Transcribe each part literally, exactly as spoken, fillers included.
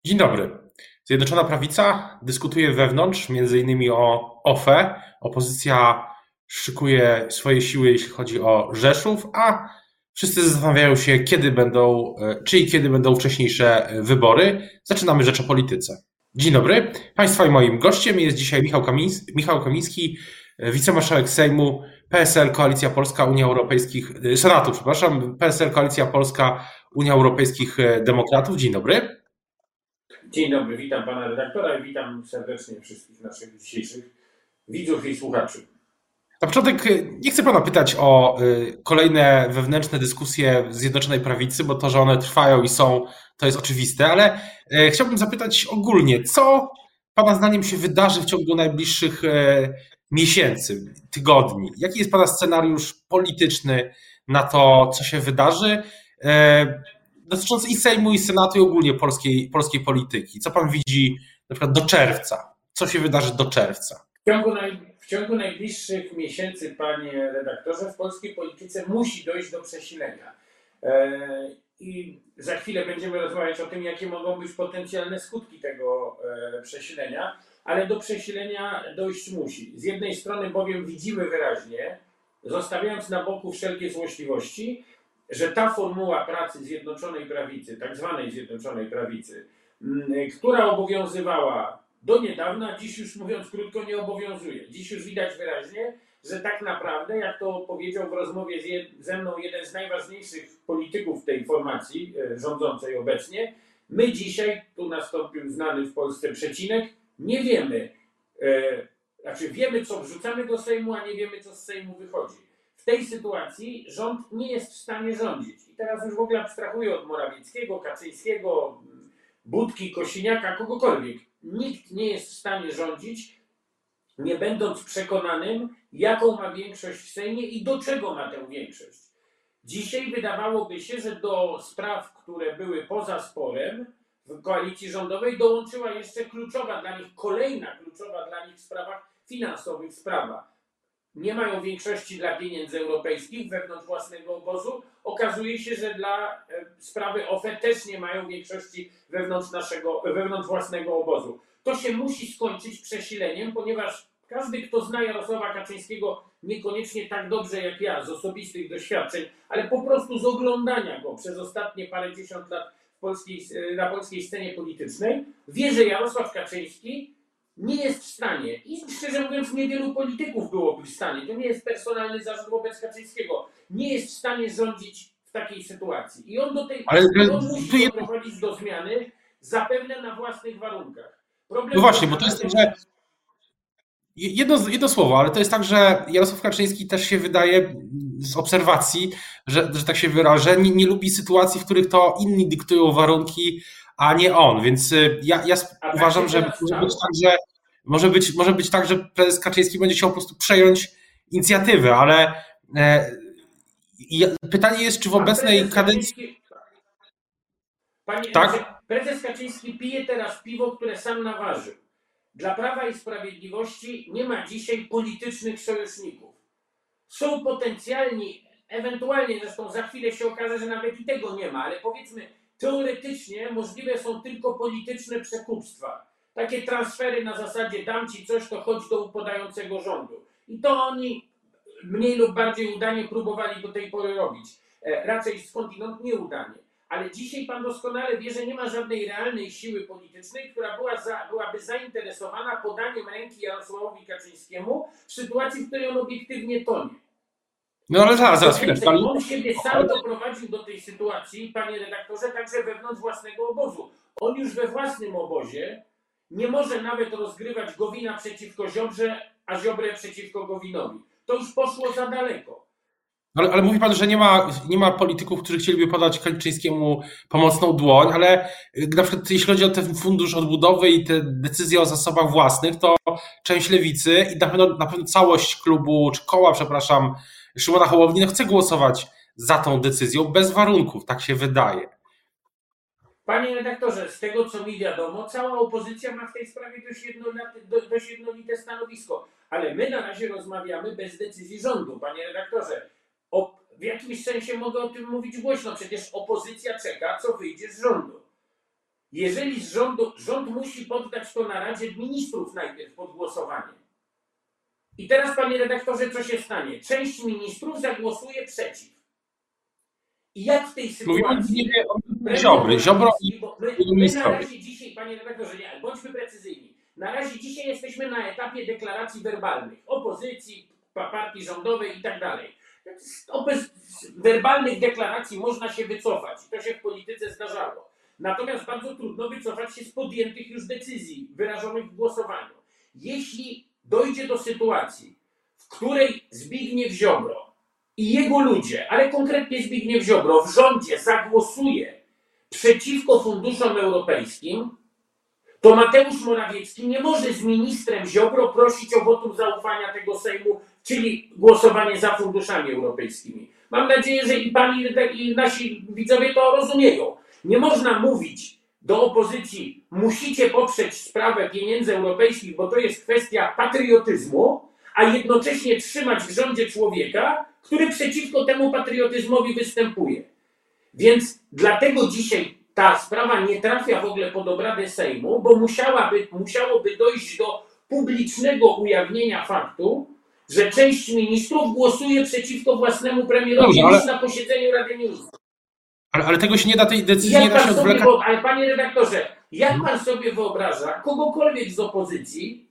Dzień dobry. Zjednoczona Prawica dyskutuje wewnątrz, między innymi o O F E. Opozycja szykuje swoje siły, jeśli chodzi o Rzeszów, a wszyscy zastanawiają się, kiedy będą, e, czy i kiedy będą wcześniejsze wybory. Zaczynamy rzecz o polityce. Dzień dobry. Państwa i moim gościem jest dzisiaj Michał Kamiński, Michał Kamiński, e, wicemarszałek Sejmu, P S L, Koalicja Polska, Unia Europejskich, e, Senatu, przepraszam, P S L, Koalicja Polska, Unia Europejskich Demokratów. Dzień dobry. Dzień dobry, witam pana redaktora i witam serdecznie wszystkich naszych dzisiejszych widzów i słuchaczy. Na początek nie chcę pana pytać o kolejne wewnętrzne dyskusje Zjednoczonej Prawicy, bo to, że one trwają i są, to jest oczywiste, ale chciałbym zapytać ogólnie, co pana zdaniem się wydarzy w ciągu najbliższych miesięcy, tygodni? Jaki jest pana scenariusz polityczny na to, co się wydarzy, dotyczący i Sejmu, i Senatu, i ogólnie polskiej, polskiej polityki? Co pan widzi na przykład do czerwca? Co się wydarzy do czerwca? W ciągu, naj, w ciągu najbliższych miesięcy, panie redaktorze, w polskiej polityce musi dojść do przesilenia. E, I za chwilę będziemy rozmawiać o tym, jakie mogą być potencjalne skutki tego e, przesilenia, ale do przesilenia dojść musi. Z jednej strony bowiem widzimy wyraźnie, zostawiając na boku wszelkie złośliwości, że ta formuła pracy Zjednoczonej Prawicy, tak zwanej Zjednoczonej Prawicy, która obowiązywała do niedawna, dziś już mówiąc krótko nie obowiązuje. Dziś już widać wyraźnie, że tak naprawdę, jak to powiedział w rozmowie z je, ze mną jeden z najważniejszych polityków tej formacji rządzącej obecnie, my dzisiaj, tu nastąpił znany w Polsce przecinek, nie wiemy, e, znaczy wiemy, co wrzucamy do Sejmu, a nie wiemy, co z Sejmu wychodzi. W tej sytuacji rząd nie jest w stanie rządzić. I teraz już w ogóle abstrahuję od Morawieckiego, Kaczyńskiego, Budki, Kosiniaka, kogokolwiek. Nikt nie jest w stanie rządzić, nie będąc przekonanym, jaką ma większość w Sejmie i do czego ma tę większość. Dzisiaj wydawałoby się, że do spraw, które były poza sporem w koalicji rządowej, dołączyła jeszcze kluczowa dla nich, kolejna kluczowa dla nich w sprawach finansowych sprawa. Nie mają większości dla pieniędzy europejskich wewnątrz własnego obozu. Okazuje się, że dla sprawy O F E też nie mają większości wewnątrz, naszego, wewnątrz własnego obozu. To się musi skończyć przesileniem, ponieważ każdy, kto zna Jarosława Kaczyńskiego niekoniecznie tak dobrze jak ja z osobistych doświadczeń, ale po prostu z oglądania go przez ostatnie parędziesiąt lat w polskiej, na polskiej scenie politycznej, wie, że Jarosław Kaczyński nie jest w stanie, i szczerze mówiąc niewielu polityków byłoby w stanie, to nie jest personalny zarzut wobec Kaczyńskiego, nie jest w stanie rządzić w takiej sytuacji. I on do tej Ale on musi doprowadzić do zmiany, zapewne na własnych warunkach. Problem no właśnie, bo to jest tak, że jedno, jedno słowo, ale to jest tak, że Jarosław Kaczyński też się wydaje z obserwacji, że, że tak się wyrażę, nie, nie lubi sytuacji, w których to inni dyktują warunki, a nie on, więc ja, ja uważam, że może być tak, że może być, może być tak, że prezes Kaczyński będzie chciał po prostu przejąć inicjatywę, ale e, pytanie jest, czy w obecnej kadencji... Panie, tak? Prezes Kaczyński pije teraz piwo, które sam naważył. Dla Prawa i Sprawiedliwości nie ma dzisiaj politycznych sojuszników. Są potencjalni, ewentualnie zresztą za chwilę się okaże, że nawet i tego nie ma, ale powiedzmy teoretycznie możliwe są tylko polityczne przekupstwa. Takie transfery na zasadzie dam ci coś, to chodź do upodającego rządu. I to oni mniej lub bardziej udanie próbowali do tej pory robić. E, raczej skądinąd nieudanie. Ale dzisiaj pan doskonale wie, że nie ma żadnej realnej siły politycznej, która była za, byłaby zainteresowana podaniem ręki Jarosławowi Kaczyńskiemu w sytuacji, w której on obiektywnie tonie. No ale zaraz, zaraz chwilę. Pan... On siebie sam doprowadził do tej sytuacji, panie redaktorze, także wewnątrz własnego obozu. On już we własnym obozie nie może nawet rozgrywać Gowina przeciwko Ziobrze, a Ziobrę przeciwko Gowinowi. To już poszło za daleko. Ale, ale mówi pan, że nie ma, nie ma polityków, którzy chcieliby podać Kaczyńskiemu pomocną dłoń, ale na przykład jeśli chodzi o ten fundusz odbudowy i te decyzje o zasobach własnych, to część lewicy i na pewno, na pewno całość klubu, czy koła, przepraszam, Szymona Hołowni no chce głosować za tą decyzją bez warunków, tak się wydaje. Panie redaktorze, z tego co mi wiadomo, cała opozycja ma w tej sprawie dość jednolite, dość jednolite stanowisko, ale my na razie rozmawiamy bez decyzji rządu, panie redaktorze. O, w jakimś sensie mogę o tym mówić głośno, przecież opozycja czeka, co wyjdzie z rządu. jeżeli z rządu, rząd musi poddać to na Radzie Ministrów najpierw pod głosowanie. I teraz, panie redaktorze, co się stanie? Część ministrów zagłosuje przeciw. I jak w tej sytuacji... Mówimy Ziobry, Ziobro i my, my na razie dzisiaj, panie redaktorze, nie, bądźmy precyzyjni. Na razie dzisiaj jesteśmy na etapie deklaracji werbalnych. Opozycji, partii rządowej i tak dalej. Z werbalnych deklaracji można się wycofać. I to się w polityce zdarzało. Natomiast bardzo trudno wycofać się z podjętych już decyzji wyrażonych w głosowaniu. Jeśli dojdzie do sytuacji, w której Zbigniew Ziobro i jego ludzie, ale konkretnie Zbigniew Ziobro w rządzie zagłosuje przeciwko funduszom europejskim, to Mateusz Morawiecki nie może z ministrem Ziobro prosić o wotum zaufania tego Sejmu, czyli głosowanie za funduszami europejskimi. Mam nadzieję, że i pani, i nasi widzowie to rozumieją. Nie można mówić do opozycji, musicie poprzeć sprawę pieniędzy europejskich, bo to jest kwestia patriotyzmu, a jednocześnie trzymać w rządzie człowieka, który przeciwko temu patriotyzmowi występuje. Więc dlatego dzisiaj ta sprawa nie trafia w ogóle pod obrady Sejmu, bo musiałaby, musiałoby dojść do publicznego ujawnienia faktu, że część ministrów głosuje przeciwko własnemu premierowi Dobrze, ale... już na posiedzeniu Rady Ministrów. Ale, ale tego się nie da, tej decyzji nie da się odwlekać. Sobie, ale panie redaktorze, jak pan sobie wyobraża kogokolwiek z opozycji,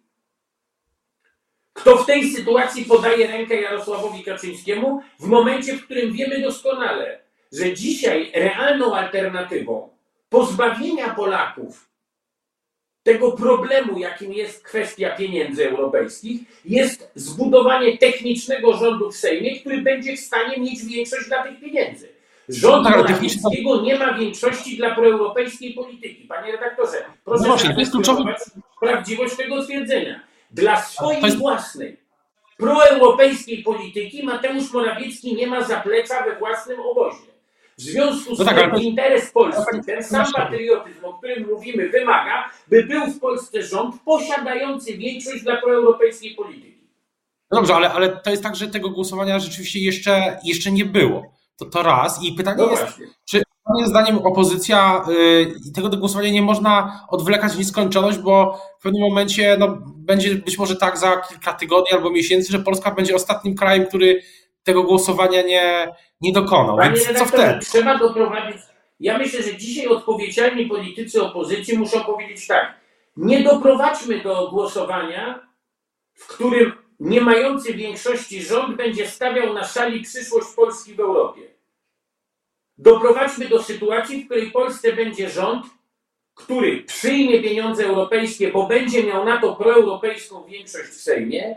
kto w tej sytuacji podaje rękę Jarosławowi Kaczyńskiemu w momencie, w którym wiemy doskonale, że dzisiaj realną alternatywą pozbawienia Polaków tego problemu, jakim jest kwestia pieniędzy europejskich, jest zbudowanie technicznego rządu w Sejmie, który będzie w stanie mieć większość dla tych pieniędzy. Rząd Morawieckiego nie ma większości dla proeuropejskiej polityki. Panie redaktorze, proszę no zaakceptować prawdziwość tego stwierdzenia. Dla swojej jest... własnej proeuropejskiej polityki Mateusz Morawiecki nie ma zaplecza we własnym obozie. W związku z no tak, tym ale... interes Polski, ten sam patriotyzm, o którym mówimy, wymaga, by był w Polsce rząd posiadający większość dla proeuropejskiej polityki. No dobrze, ale, ale to jest tak, że tego głosowania rzeczywiście jeszcze, jeszcze nie było. To, to raz. I pytanie no jest, właśnie. Czy moim zdaniem opozycja yy, tego do głosowania nie można odwlekać w nieskończoność, bo w pewnym momencie no, będzie być może tak za kilka tygodni albo miesięcy, że Polska będzie ostatnim krajem, który tego głosowania nie, nie dokonał. Panie Więc co wtedy? Trzeba doprowadzić. Ja myślę, że dzisiaj odpowiedzialni politycy opozycji muszą powiedzieć tak. Nie doprowadźmy do głosowania, w którym nie mający większości rząd będzie stawiał na szali przyszłość Polski w Europie. Doprowadźmy do sytuacji, w której Polsce będzie rząd, który przyjmie pieniądze europejskie, bo będzie miał na to proeuropejską większość w Sejmie,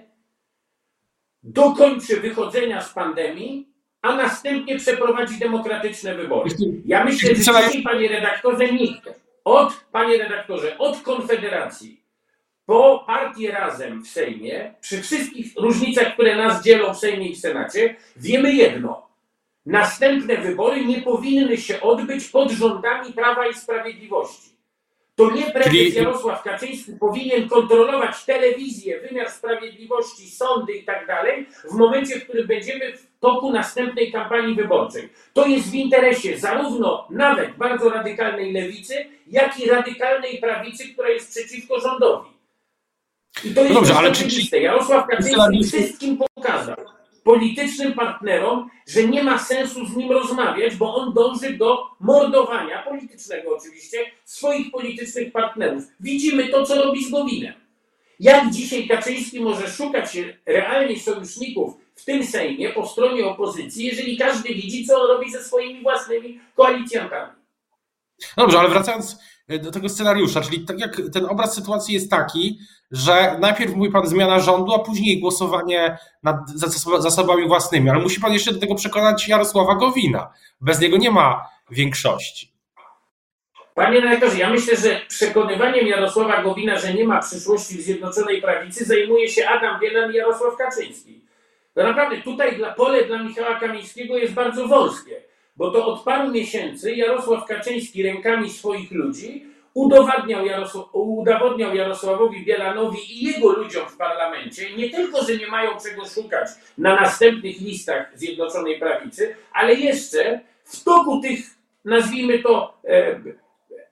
dokończy wychodzenia z pandemii, a następnie przeprowadzi demokratyczne wybory. Ja myślę, że dzisiaj, panie redaktorze, nikt od, panie redaktorze, od Konfederacji po partię Razem w Sejmie, przy wszystkich różnicach, które nas dzielą w Sejmie i w Senacie, wiemy jedno. Następne wybory nie powinny się odbyć pod rządami Prawa i Sprawiedliwości. To nie prezes Jarosław Kaczyński powinien kontrolować telewizję, wymiar sprawiedliwości, sądy i tak dalej w momencie, w którym będziemy w toku następnej kampanii wyborczej. To jest w interesie zarówno nawet bardzo radykalnej lewicy, jak i radykalnej prawicy, która jest przeciwko rządowi. I to jest dobrze, ale oczywiste. Jarosław Kaczyński wszystkim pokazał, politycznym partnerom, że nie ma sensu z nim rozmawiać, bo on dąży do mordowania politycznego oczywiście swoich politycznych partnerów. Widzimy to, co robi z Gowinem. Jak dzisiaj Kaczyński może szukać realnie sojuszników w tym Sejmie po stronie opozycji, jeżeli każdy widzi, co on robi ze swoimi własnymi koalicjantami. Dobrze, ale wracając do tego scenariusza, czyli tak jak ten obraz sytuacji jest taki, że najpierw mówi pan zmiana rządu, a później głosowanie nad zasobami własnymi, ale musi pan jeszcze do tego przekonać Jarosława Gowina. Bez niego nie ma większości. Panie redaktorze, ja myślę, że przekonywaniem Jarosława Gowina, że nie ma przyszłości w Zjednoczonej Prawicy, zajmuje się Adam Bielan i Jarosław Kaczyński. To naprawdę tutaj dla, pole dla Michała Kamińskiego jest bardzo wąskie, bo to od paru miesięcy Jarosław Kaczyński rękami swoich ludzi udowadniał, Jarosław, udowodniał Jarosławowi Bielanowi i jego ludziom w parlamencie nie tylko, że nie mają czego szukać na następnych listach Zjednoczonej Prawicy, ale jeszcze w toku tych, nazwijmy to, e,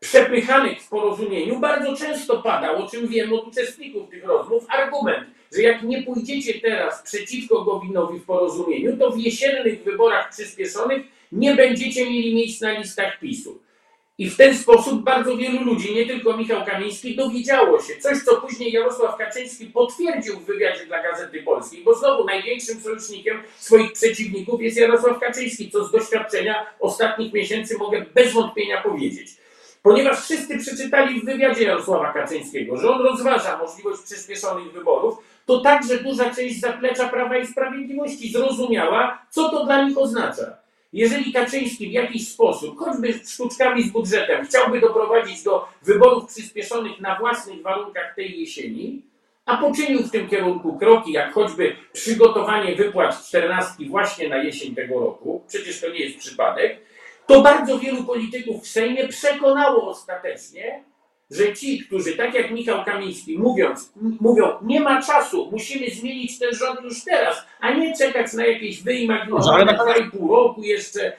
przepychanych w porozumieniu bardzo często padał, o czym wiem od uczestników tych rozmów, argument, że jak nie pójdziecie teraz przeciwko Gowinowi w porozumieniu, to w jesiennych wyborach przyspieszonych nie będziecie mieli miejsc na listach PiSu. I w ten sposób bardzo wielu ludzi, nie tylko Michał Kamiński, dowiedziało się. Coś, co później Jarosław Kaczyński potwierdził w wywiadzie dla Gazety Polskiej, bo znowu największym sojusznikiem swoich przeciwników jest Jarosław Kaczyński, co z doświadczenia ostatnich miesięcy mogę bez wątpienia powiedzieć. Ponieważ wszyscy przeczytali w wywiadzie Jarosława Kaczyńskiego, że on rozważa możliwość przyspieszonych wyborów, to także duża część zaplecza Prawa i Sprawiedliwości zrozumiała, co to dla nich oznacza. Jeżeli Kaczyński w jakiś sposób, choćby sztuczkami z budżetem, chciałby doprowadzić do wyborów przyspieszonych na własnych warunkach tej jesieni, a poczynił w tym kierunku kroki, jak choćby przygotowanie wypłat czternastki właśnie na jesień tego roku, przecież to nie jest przypadek, to bardzo wielu polityków w Sejmie przekonało ostatecznie, że ci, którzy tak jak Michał Kamiński mówiąc, mówią, nie ma czasu, musimy zmienić ten rząd już teraz, a nie czekać na jakieś wyimaginowane dwa i pół roku jeszcze,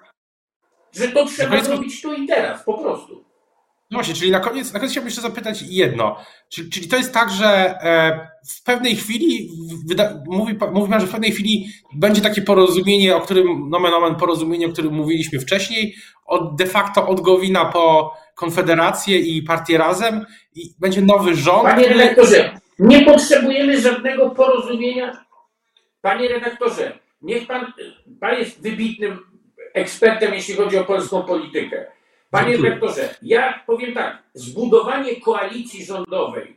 że to trzeba zrobić tu i teraz, po prostu. No właśnie, czyli na koniec, na koniec chciałbym jeszcze zapytać jedno. Czyli, czyli to jest tak, że w pewnej chwili, mówi, mówi pan, że w pewnej chwili będzie takie porozumienie, o którym, nomen omen porozumienie, o którym mówiliśmy wcześniej, od, de facto od Gowina po Konfederację i Partię Razem i będzie nowy rząd. Panie redaktorze, nie potrzebujemy żadnego porozumienia. Panie redaktorze, niech pan, pan jest wybitnym ekspertem, jeśli chodzi o polską politykę. Panie redaktorze, ja powiem tak, zbudowanie koalicji rządowej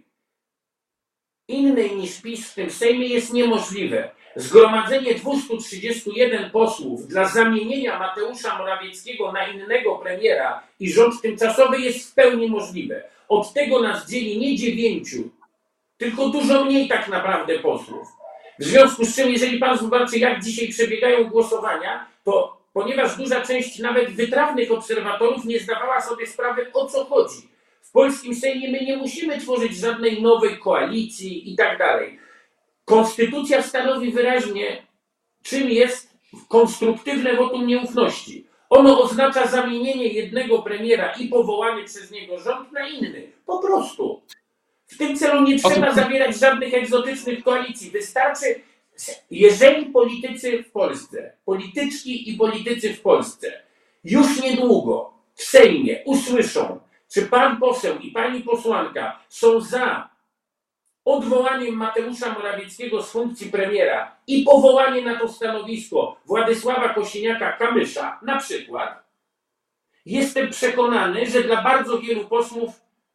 innej niż PiS w tym Sejmie jest niemożliwe. Zgromadzenie dwieście trzydzieści jeden posłów dla zamienienia Mateusza Morawieckiego na innego premiera i rząd tymczasowy jest w pełni możliwe. Od tego nas dzieli nie dziewięciu, tylko dużo mniej tak naprawdę posłów. W związku z czym, jeżeli pan zobaczy, jak dzisiaj przebiegają głosowania, to ponieważ duża część nawet wytrawnych obserwatorów nie zdawała sobie sprawy, o co chodzi. W polskim Sejmie my nie musimy tworzyć żadnej nowej koalicji i tak dalej. Konstytucja stanowi wyraźnie, czym jest konstruktywne wotum nieufności. Ono oznacza zamienienie jednego premiera i powołany przez niego rząd na inny. Po prostu. W tym celu nie trzeba zawierać żadnych egzotycznych koalicji. Wystarczy, jeżeli politycy w Polsce, polityczki i politycy w Polsce już niedługo w Sejmie usłyszą, czy pan poseł i pani posłanka są za odwołaniem Mateusza Morawieckiego z funkcji premiera i powołanie na to stanowisko Władysława Kosiniaka-Kamysza na przykład, jestem przekonany, że dla bardzo wielu posłów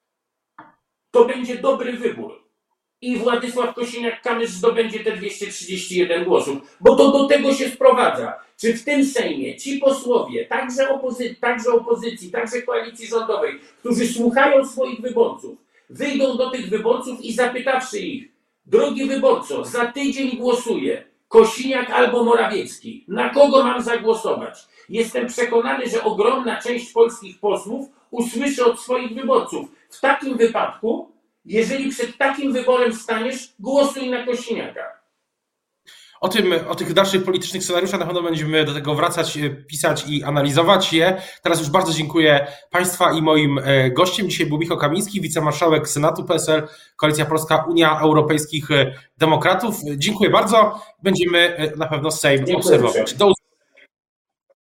to będzie dobry wybór. I Władysław Kosiniak-Kamysz zdobędzie te dwieście trzydzieści jeden głosów, bo to do tego się sprowadza. Czy w tym Sejmie ci posłowie, także, opozy- także opozycji, także koalicji rządowej, którzy słuchają swoich wyborców, wyjdą do tych wyborców i zapytawszy ich, drogi wyborco, za tydzień głosuję Kosiniak albo Morawiecki, na kogo mam zagłosować? Jestem przekonany, że ogromna część polskich posłów usłyszy od swoich wyborców. W takim wypadku, jeżeli przed takim wyborem staniesz, głosuj na Kosiniaka. O tym, o tych dalszych politycznych scenariuszach na pewno będziemy do tego wracać, pisać i analizować je. Teraz już bardzo dziękuję Państwa i moim gościem. Dzisiaj był Michał Kamiński, wicemarszałek Senatu P S L, Koalicja Polska, Unia Europejskich Demokratów. Dziękuję bardzo. Będziemy na pewno Sejm obserwować. Do